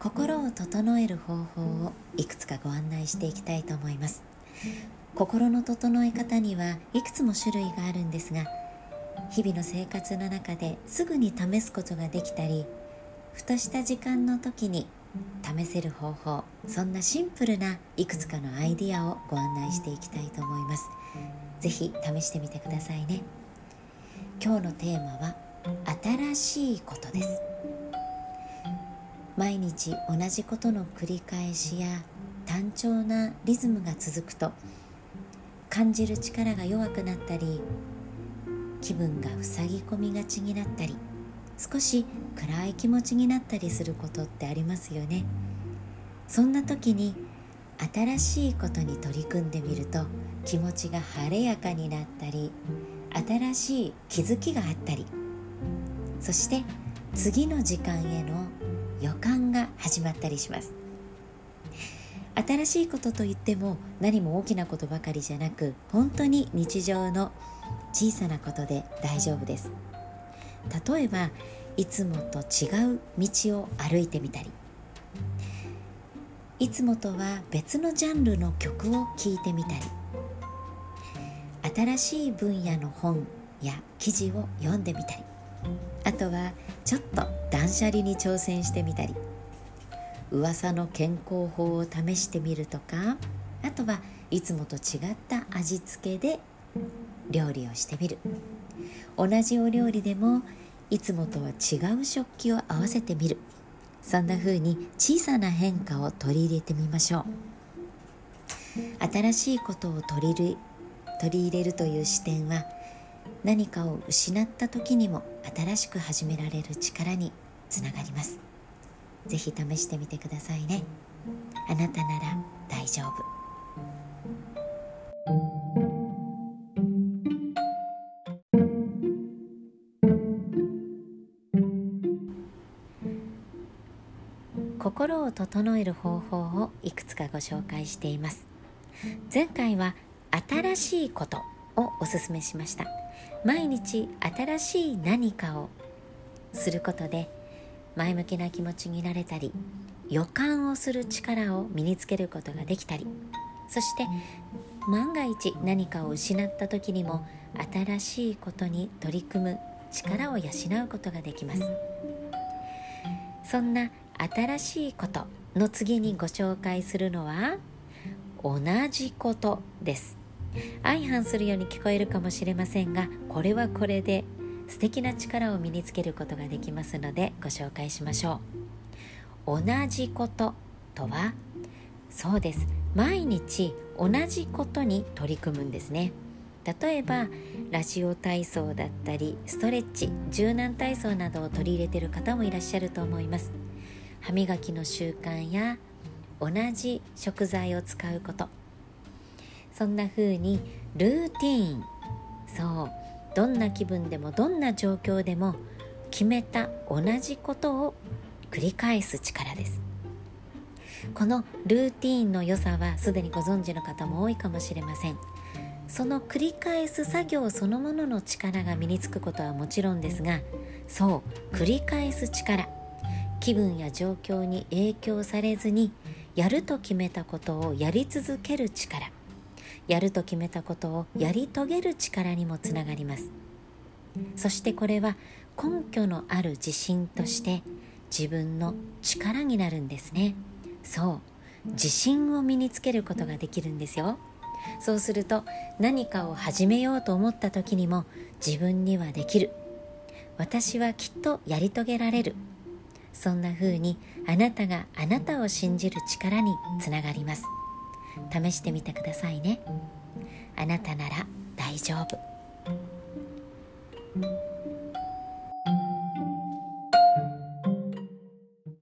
心を整える方法をいくつかご案内していきたいと思います。心の整え方にはいくつも種類があるんですが、日々の生活の中ですぐに試すことができたり、ふとした時間の時に試せる方法、そんなシンプルないくつかのアイディアをご案内していきたいと思います。ぜひ試してみてくださいね。今日のテーマは新しいことです。毎日同じことの繰り返しや単調なリズムが続くと、感じる力が弱くなったり、気分が塞ぎ込みがちになったり、少し暗い気持ちになったりすることってありますよね。そんな時に新しいことに取り組んでみると、気持ちが晴れやかになったり、新しい気づきがあったり、そして次の時間への予感が始まったりします。新しいことといっても何も大きなことばかりじゃなく、本当に日常の小さなことで大丈夫です。例えば、いつもと違う道を歩いてみたり、いつもとは別のジャンルの曲を聴いてみたり、新しい分野の本や記事を読んでみたり、あとはちょっと断捨離に挑戦してみたり、噂の健康法を試してみるとか、あとはいつもと違った味付けで料理をしてみる。同じお料理でもいつもとは違う食器を合わせてみる。そんな風に小さな変化を取り入れてみましょう。新しいことを取り入れるという視点は、何かを失った時にも新しく始められる力につながります。ぜひ試してみてくださいね。あなたなら大丈夫。心を整える方法をいくつかご紹介しています。前回は新しいことをお勧めしました。毎日新しい何かをすることで前向きな気持ちになれたり、予感をする力を身につけることができたり、そして万が一何かを失った時にも新しいことに取り組む力を養うことができます。そんな新しいことの次にご紹介するのは同じことです。相反するように聞こえるかもしれませんが、これはこれで素敵な力を身につけることができますのでご紹介しましょう。同じこととは、そうです、毎日同じことに取り組むんですね。例えばラジオ体操だったり、ストレッチ、柔軟体操などを取り入れている方もいらっしゃると思います。歯磨きの習慣や同じ食材を使うこと、そんな風にルーティーン、そう、どんな気分でもどんな状況でも決めた同じことを繰り返す力です。このルーティーンの良さはすでにご存知の方も多いかもしれません。その繰り返す作業そのものの力が身につくことはもちろんですが、そう、繰り返す力、気分や状況に影響されずにやると決めたことをやり続ける力、やると決めたことをやり遂げる力にもつながります。そしてこれは根拠のある自信として自分の力になるんですね。そう、自信を身につけることができるんですよ。そうすると何かを始めようと思った時にも、自分にはできる、私はきっとやり遂げられる、そんな風にあなたがあなたを信じる力につながります。試してみてくださいね。あなたなら大丈夫。